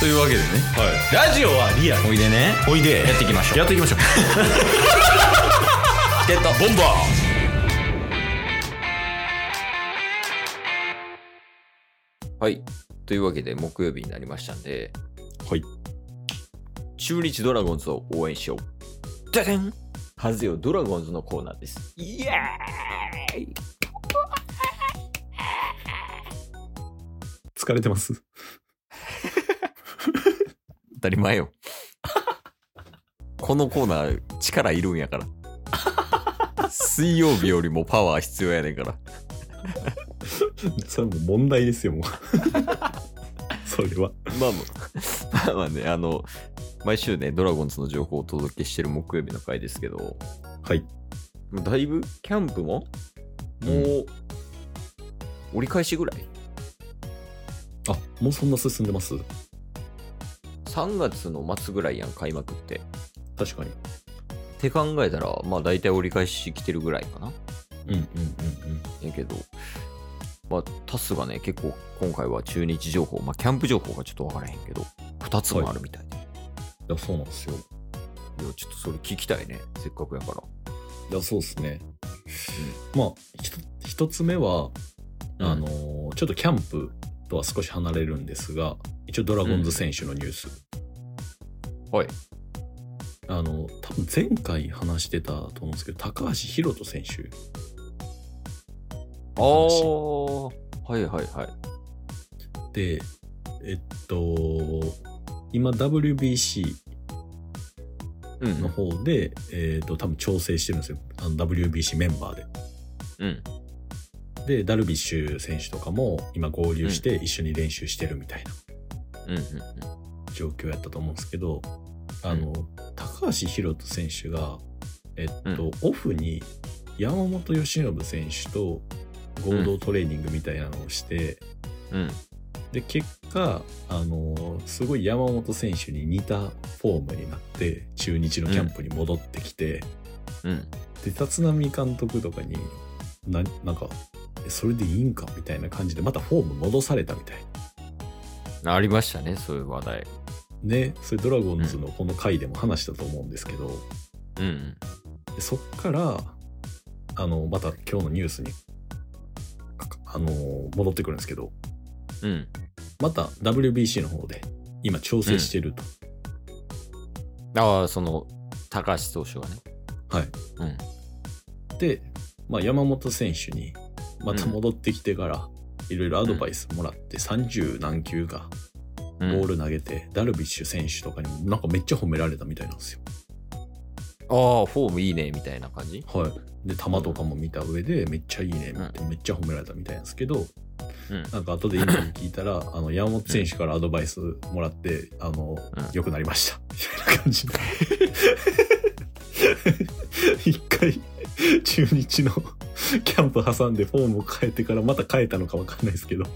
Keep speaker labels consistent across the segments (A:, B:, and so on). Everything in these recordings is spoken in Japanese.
A: というわけでね、
B: ラジオはリアル。
A: おいでね、
B: おいで
A: やっていきましょう。
B: やっていきましょう。
A: チケットボンバー。はい、というわけで木曜日になりましたんで、
B: はい。
A: 中日ドラゴンズを応援しよう。ダダン、はずよドラゴンズのコーナーです。イエーイ。
B: 疲れてます。
A: 当たり前よ。このコーナー力いるんやから。水曜日よりもパワー必要やねんから。
B: それはもう問題ですよ、もう。それは。
A: まあね、毎週ね、ドラゴンズの情報をお届けしてる木曜日の回ですけど、
B: はい。
A: だいぶキャンプも、もう、折り返しぐらい
B: あ、もうそんな進んでます？
A: ?3 月の末ぐらいやん、開幕って。
B: 確かに。
A: って考えたら、まあ大体折り返し来てるぐらいかな。やけど、まあタスがね、結構今回は中日情報、まあキャンプ情報がちょっとわからへんけど、2つもあるみたいで。
B: いや、そうなんですよ。
A: いや、ちょっとそれ聞きたいね。せっかくやから。
B: いや、そうですね。まあ、一つ目は、ちょっとキャンプとは少し離れるんですが、一応ドラゴンズ選手のニュース。
A: はい。
B: 多分前回話してたと思うんですけど、高橋宏斗選手。
A: ああ、はいはいはい。
B: で、今 WBC の方で、多分調整してるんですよ。WBC メンバーで。
A: うん。
B: で、ダルビッシュ選手とかも今合流して一緒に練習してるみたいな状況やったと思うんですけど、高橋宏斗選手が、オフに山本由伸選手と合同トレーニングみたいなのをして、で、結果、すごい山本選手に似たフォームになって、中日のキャンプに戻ってきて、で、立浪監督とかになんか、それでいいんかみたいな感じで、またフォーム戻されたみたい
A: な。ありましたね、そういう話題。
B: ね、それドラゴンズのこの回でも話したと思うんですけど、でそっから、また今日のニュースに、戻ってくるんですけど、また WBC の方で今調整してると。
A: ああ、その、高橋投手がね。
B: はい。で、まあ、山本選手にまた戻ってきてからいろいろアドバイスもらって30何球かボール投げて、ダルビッシュ選手とかにもなんかめっちゃ褒められたみたいなんですよ。
A: ああ、フォームいいねみたいな感じ。
B: はい。で、球とかも見た上でめっちゃいいねってめっちゃ褒められたみたいなんですけど、なんか後でインタビュー聞いたら山本選手からアドバイスもらって良くなりましたみたいな感じで一回中日のキャンプ挟んでフォームを変えてからまた変えたのか分かんないですけど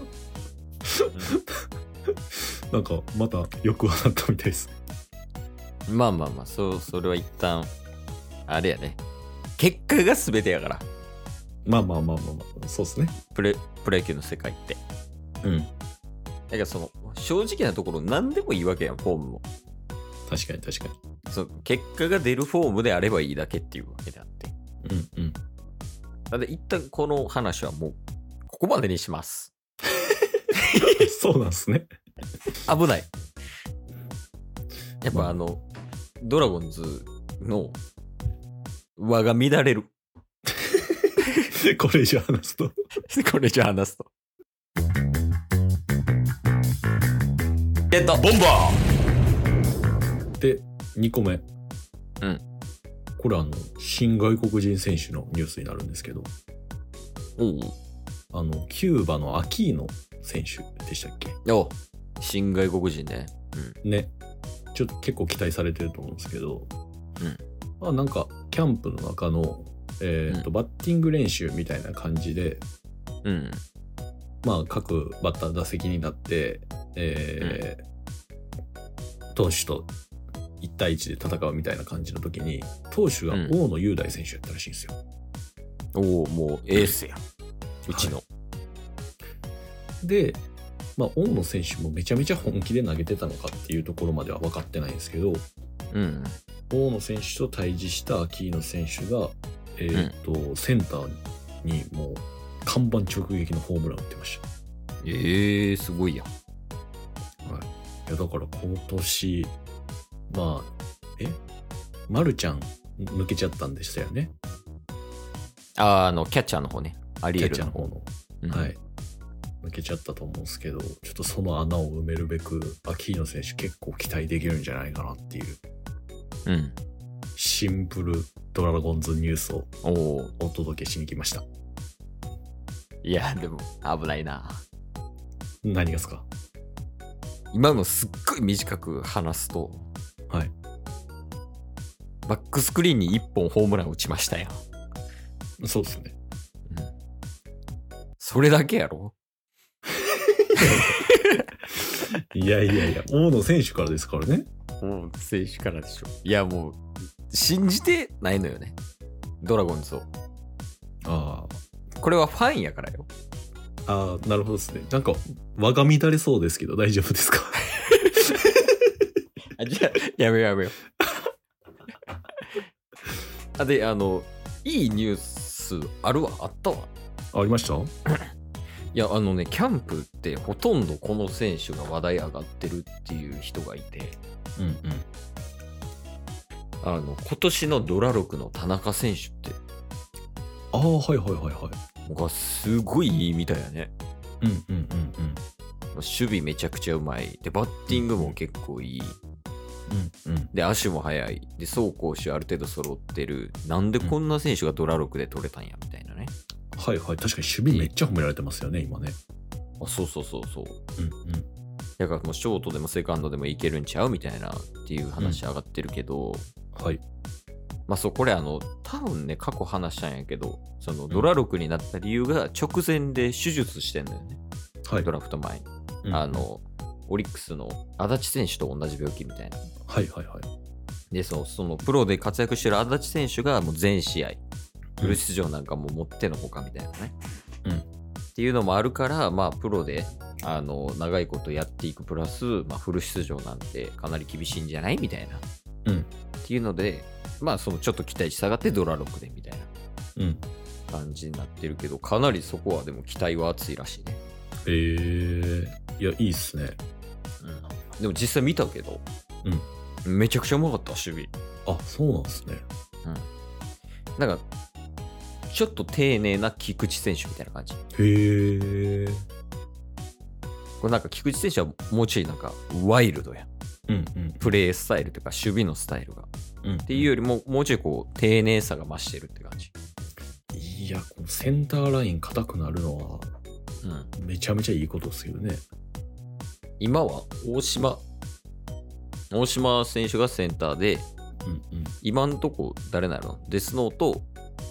B: なんかまたよくはなったみたいです。
A: まあ、それは一旦あれやね、結果が全てやから。
B: まあ、そうですね。
A: プロ野球の世界って。だからその正直なところ何でもいいわけやん、フォームも。
B: 確かに。
A: その結果が出るフォームであればいいだけっていうわけであって。なので一旦この話はもうここまでにします。
B: そうなんですね。
A: 危ない。やっぱドラゴンズの輪が乱れる。
B: これ以上話すと。
A: ゲットボンバ
B: ーで、2個目。これ新外国人選手のニュースになるんですけど。キューバのアキーノ選手でしたっけ？
A: 新外国人ね。
B: ね。ちょっと結構期待されてると思うんですけど。なんか、キャンプの中の、バッティング練習みたいな感じで、まあ、各バッター打席になって、投手と1対1で戦うみたいな感じの時に、投手が大野雄大選手やったらしいんですよ。
A: もうエースや。うちの。
B: で、 まあ、大野選手もめちゃめちゃ本気で投げてたのかっていうところまでは分かってないんですけど、大野選手と対峙したアキーノ選手が、センターにもう看板直撃のホームラン打ってました。
A: すごいやん。
B: はい。いやだから今年、まあ、マルちゃん抜けちゃったんでしたよね。
A: キャッチャーの方ね。アリエル
B: の方の。はい。抜けちゃったと思うんですけど、ちょっとその穴を埋めるべく、アキーノ選手結構期待できるんじゃないかなっていう。シンプルドラゴンズニュースをお届けしに来ました。
A: いや、でも危ないな。
B: 何がですか？
A: 今のすっごい短く話すと、
B: はい。
A: バックスクリーンに1本ホームラン打ちましたよ。
B: そうですね。
A: それだけやろ？
B: いや、大野選手からですからね。
A: 大野選手からでしょ。いや、もう、信じてないのよね。ドラゴンズを。これはファンやからよ。
B: なるほどですね。なんか、輪が乱れそうですけど、大丈夫ですか？
A: じゃあ、やめよう。で、いいニュースあったわ。
B: ありました？
A: いや、キャンプってほとんどこの選手が話題上がってるっていう人がいて、今年のドラ6の田中選手って、僕はすごいいいみたいやね。守備めちゃくちゃうまい。で、バッティングも結構いい。で、足も速い。で、走攻守ある程度揃ってる。なんでこんな選手がドラ6で取れたんやみたいなね。
B: 確かに守備めっちゃ褒められてますよね、今ね。
A: そう。だからもうショートでもセカンドでもいけるんちゃうみたいなっていう話上がってるけど、
B: はい。
A: まあこれ多分ね、過去話したんやけど、そのドラ6になった理由が直前で手術してんだよね。はい。ドラフト前に。オリックスの足立選手と同じ病気みたいな。で、そのプロで活躍してる足立選手がもう全試合、フル出場なんかも持ってのほかみたいなね。っていうのもあるから、まあプロで長いことやっていくプラス、まあフル出場なんてかなり厳しいんじゃないみたいな。っていうので、まあそのちょっと期待値下がってドラ6でみたいな感じになってるけど、かなりそこはでも期待は厚いらしいね。
B: いや、いいっすね。
A: でも実際見たけど、めちゃくちゃうまかった、守備。
B: そうなんですね。
A: なんか、ちょっと丁寧な菊池選手みたいな感じ。これなんか菊池選手はもうちょいなんかワイルドや。プレースタイルというか守備のスタイルが。っていうよりももうちょいこう丁寧さが増してるって感じ。
B: いや、このセンターライン硬くなるのは、めちゃめちゃいいことですよね。
A: 今は大島選手がセンターで、今んとこ誰なの？デスノート、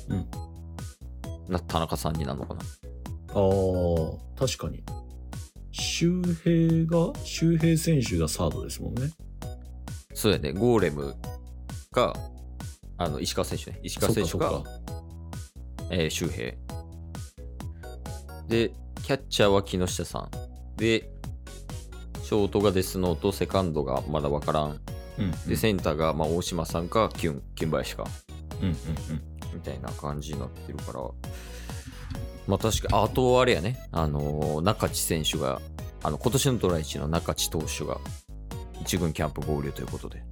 A: 田中さんになるのかな。
B: 確かに。周平選手がサードですもんね。
A: そうやね。ゴーレムが石川選手ね。石川選手が周平で、キャッチャーは木下さんで、ショートがデスノート、セカンドがまだ分からん。で、センターがまあ大島さんかキュン林か。みたいな感じになってるから。まあ確か、あとあれやね。中地選手が、今年のドラ1の中地投手が一軍キャンプ合流ということで。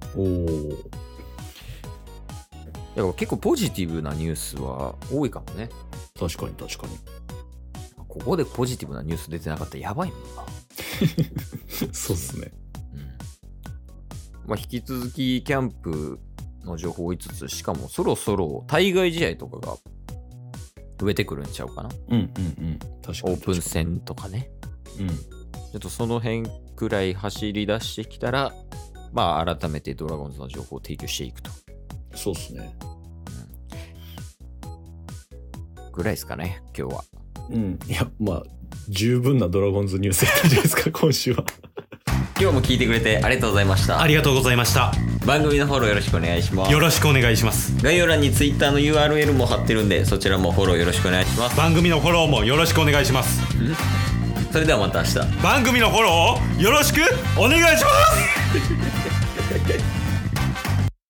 A: だから結構ポジティブなニュースは多いかもね。
B: 確かに。
A: ここでポジティブなニュース出てなかったらやばいもんな。
B: そうっすね。
A: まあ、引き続きキャンプの情報を言いつつ、しかもそろそろ対外試合とかが増えてくるんちゃうかな。
B: 確かに。オ
A: ープン戦とかね。ちょっとその辺くらい走り出してきたら、まあ改めてドラゴンズの情報を提供していくと。
B: そうっすね。
A: ぐらいですかね、今日は。
B: いや、まあ十分なドラゴンズニュースやったんじゃないですか、今週は。
A: 今日も聞いてくれてありがとうございました。
C: ありがとうございました。
A: 番組のフォローよろしくお願いします。
C: よろしくお願いします。
A: 概要欄に Twitter の URL も貼ってるんで、そちらもフォローよろしくお願いします。
C: 番組のフォローもよろしくお願いします。
A: それではまた明日。
C: 番組のフォローをよろしくお願いします